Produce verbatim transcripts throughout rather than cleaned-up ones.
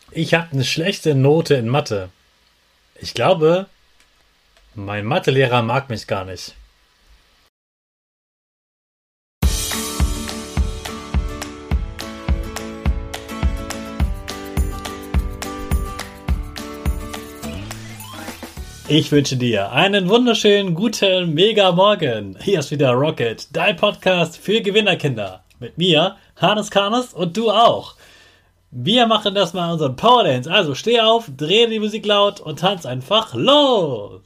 Ich habe eine schlechte Note in Mathe. Ich glaube, mein Mathelehrer mag mich gar nicht. Ich wünsche dir einen wunderschönen, guten, mega Morgen. Hier ist wieder Rocket, dein Podcast für Gewinnerkinder. Mit mir, Hannes Karnes und du auch. Wir machen das mal unseren Power Dance. Also steh auf, dreh die Musik laut und tanz einfach los.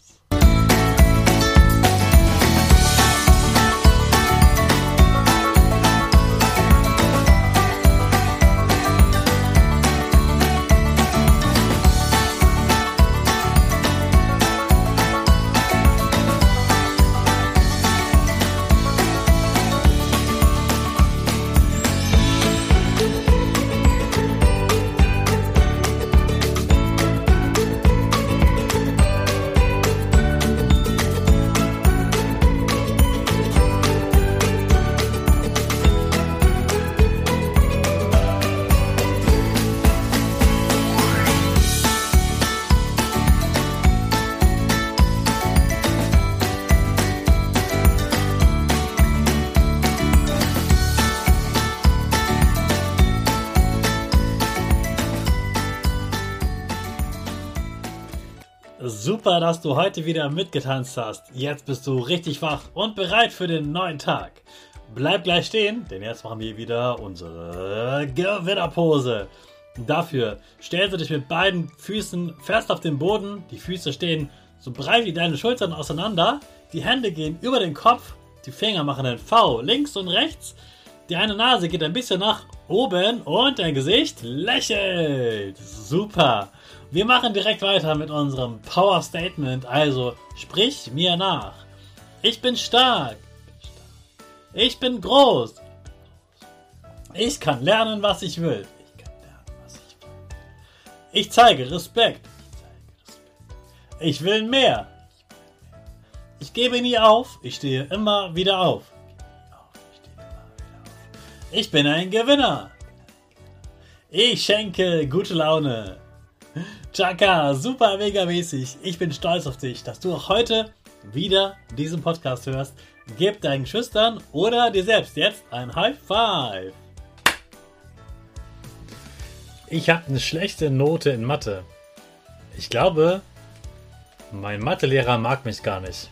Super, dass du heute wieder mitgetanzt hast. Jetzt bist du richtig wach und bereit für den neuen Tag. Bleib gleich stehen, denn jetzt machen wir wieder unsere Gewinnerpose. Dafür stellst du dich mit beiden Füßen fest auf den Boden. Die Füße stehen so breit wie deine Schultern auseinander. Die Hände gehen über den Kopf. Die Finger machen ein V links und rechts. Die eine Nase geht ein bisschen nach oben und dein Gesicht lächelt. Super. Wir machen direkt weiter mit unserem Power Statement. Also sprich mir nach. Ich bin stark. Ich bin groß. Ich kann lernen, was ich will. Ich kann lernen, was ich will. Ich zeige Respekt. Ich will mehr. Ich gebe nie auf. Ich stehe immer wieder auf. Ich bin ein Gewinner. Ich schenke gute Laune. Chaka, super mega mäßig. Ich bin stolz auf dich, dass du auch heute wieder diesen Podcast hörst. Gib deinen Geschwistern oder dir selbst jetzt ein High Five. Ich habe eine schlechte Note in Mathe. Ich glaube, mein Mathelehrer mag mich gar nicht.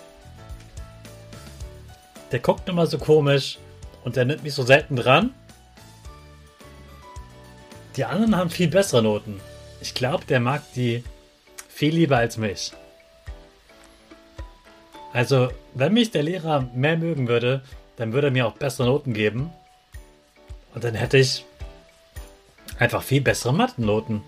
Der guckt immer so komisch und der nimmt mich so selten dran. Die anderen haben viel bessere Noten. Ich glaube, der mag die viel lieber als mich. Also, wenn mich der Lehrer mehr mögen würde, dann würde er mir auch bessere Noten geben. Und dann hätte ich einfach viel bessere Mathe-Noten.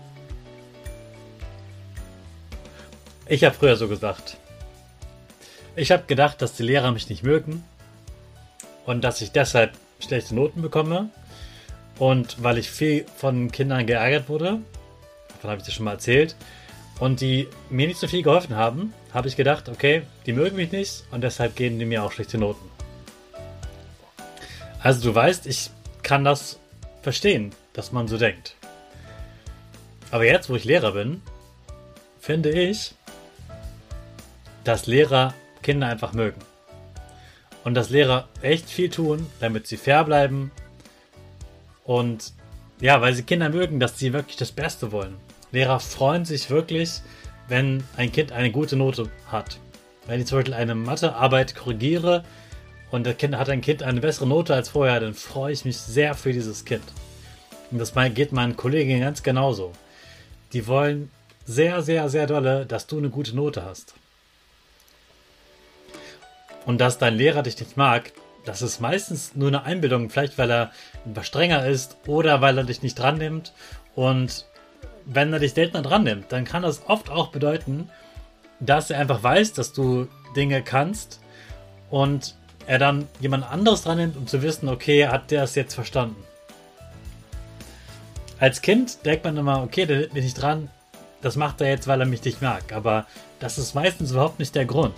Ich habe früher so gesagt. Ich habe gedacht, dass die Lehrer mich nicht mögen und dass ich deshalb schlechte Noten bekomme. Und weil ich viel von Kindern geärgert wurde, davon habe ich dir schon mal erzählt, und die mir nicht so viel geholfen haben, habe ich gedacht, okay, die mögen mich nicht und deshalb geben die mir auch schlechte Noten. Also du weißt, ich kann das verstehen, dass man so denkt. Aber jetzt, wo ich Lehrer bin, finde ich, dass Lehrer Kinder einfach mögen. Und dass Lehrer echt viel tun, damit sie fair bleiben. Und ja, weil sie Kinder mögen, dass sie wirklich das Beste wollen. Lehrer freuen sich wirklich, wenn ein Kind eine gute Note hat. Wenn ich zum Beispiel eine Mathearbeit korrigiere und das Kind hat ein Kind eine bessere Note als vorher, dann freue ich mich sehr für dieses Kind. Und das geht meinen Kolleginnen ganz genauso. Die wollen sehr, sehr, sehr dolle, dass du eine gute Note hast. Und dass dein Lehrer dich nicht mag, das ist meistens nur eine Einbildung, vielleicht weil er etwas strenger ist oder weil er dich nicht dran nimmt. Und wenn er dich seltener dran nimmt, dann kann das oft auch bedeuten, dass er einfach weiß, dass du Dinge kannst und er dann jemand anderes dran nimmt, um zu wissen, okay, hat der es jetzt verstanden. Als Kind denkt man immer, okay, der nimmt mich nicht dran, das macht er jetzt, weil er mich nicht mag. Aber das ist meistens überhaupt nicht der Grund.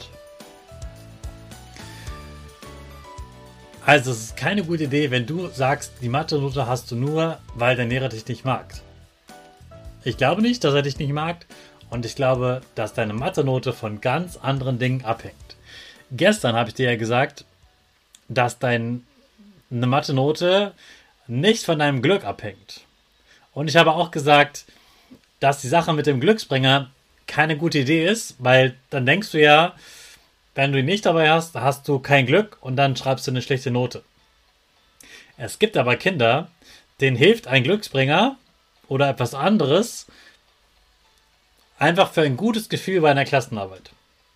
Also es ist keine gute Idee, wenn du sagst, die Mathe-Note hast du nur, weil dein Lehrer dich nicht mag. Ich glaube nicht, dass er dich nicht mag. Und ich glaube, dass deine Mathe-Note von ganz anderen Dingen abhängt. Gestern habe ich dir ja gesagt, dass deine Mathe-Note nicht von deinem Glück abhängt. Und ich habe auch gesagt, dass die Sache mit dem Glücksbringer keine gute Idee ist, weil dann denkst du ja, wenn du ihn nicht dabei hast, hast du kein Glück und dann schreibst du eine schlechte Note. Es gibt aber Kinder, denen hilft ein Glücksbringer oder etwas anderes einfach für ein gutes Gefühl bei einer Klassenarbeit.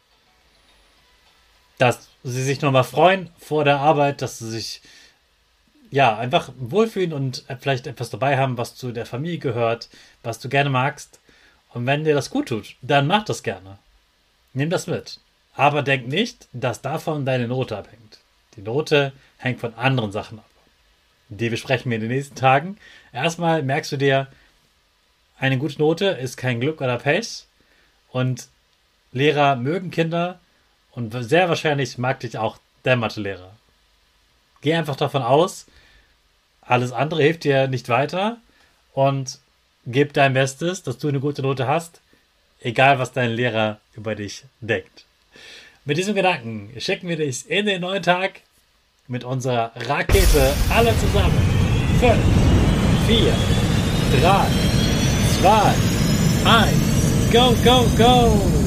Dass sie sich nochmal freuen vor der Arbeit, dass sie sich ja einfach wohlfühlen und vielleicht etwas dabei haben, was zu der Familie gehört, was du gerne magst. Und wenn dir das gut tut, dann mach das gerne. Nimm das mit. Aber denk nicht, dass davon deine Note abhängt. Die Note hängt von anderen Sachen ab. Die besprechen wir in den nächsten Tagen. Erstmal merkst du dir, eine gute Note ist kein Glück oder Pech. Und Lehrer mögen Kinder. Und sehr wahrscheinlich mag dich auch der Mathelehrer. Geh einfach davon aus, alles andere hilft dir nicht weiter. Und gib dein Bestes, dass du eine gute Note hast. Egal, was dein Lehrer über dich denkt. Mit diesem Gedanken schicken wir dich in den neuen Tag mit unserer Rakete alle zusammen. fünf, vier, drei, zwei, eins, go, go, go!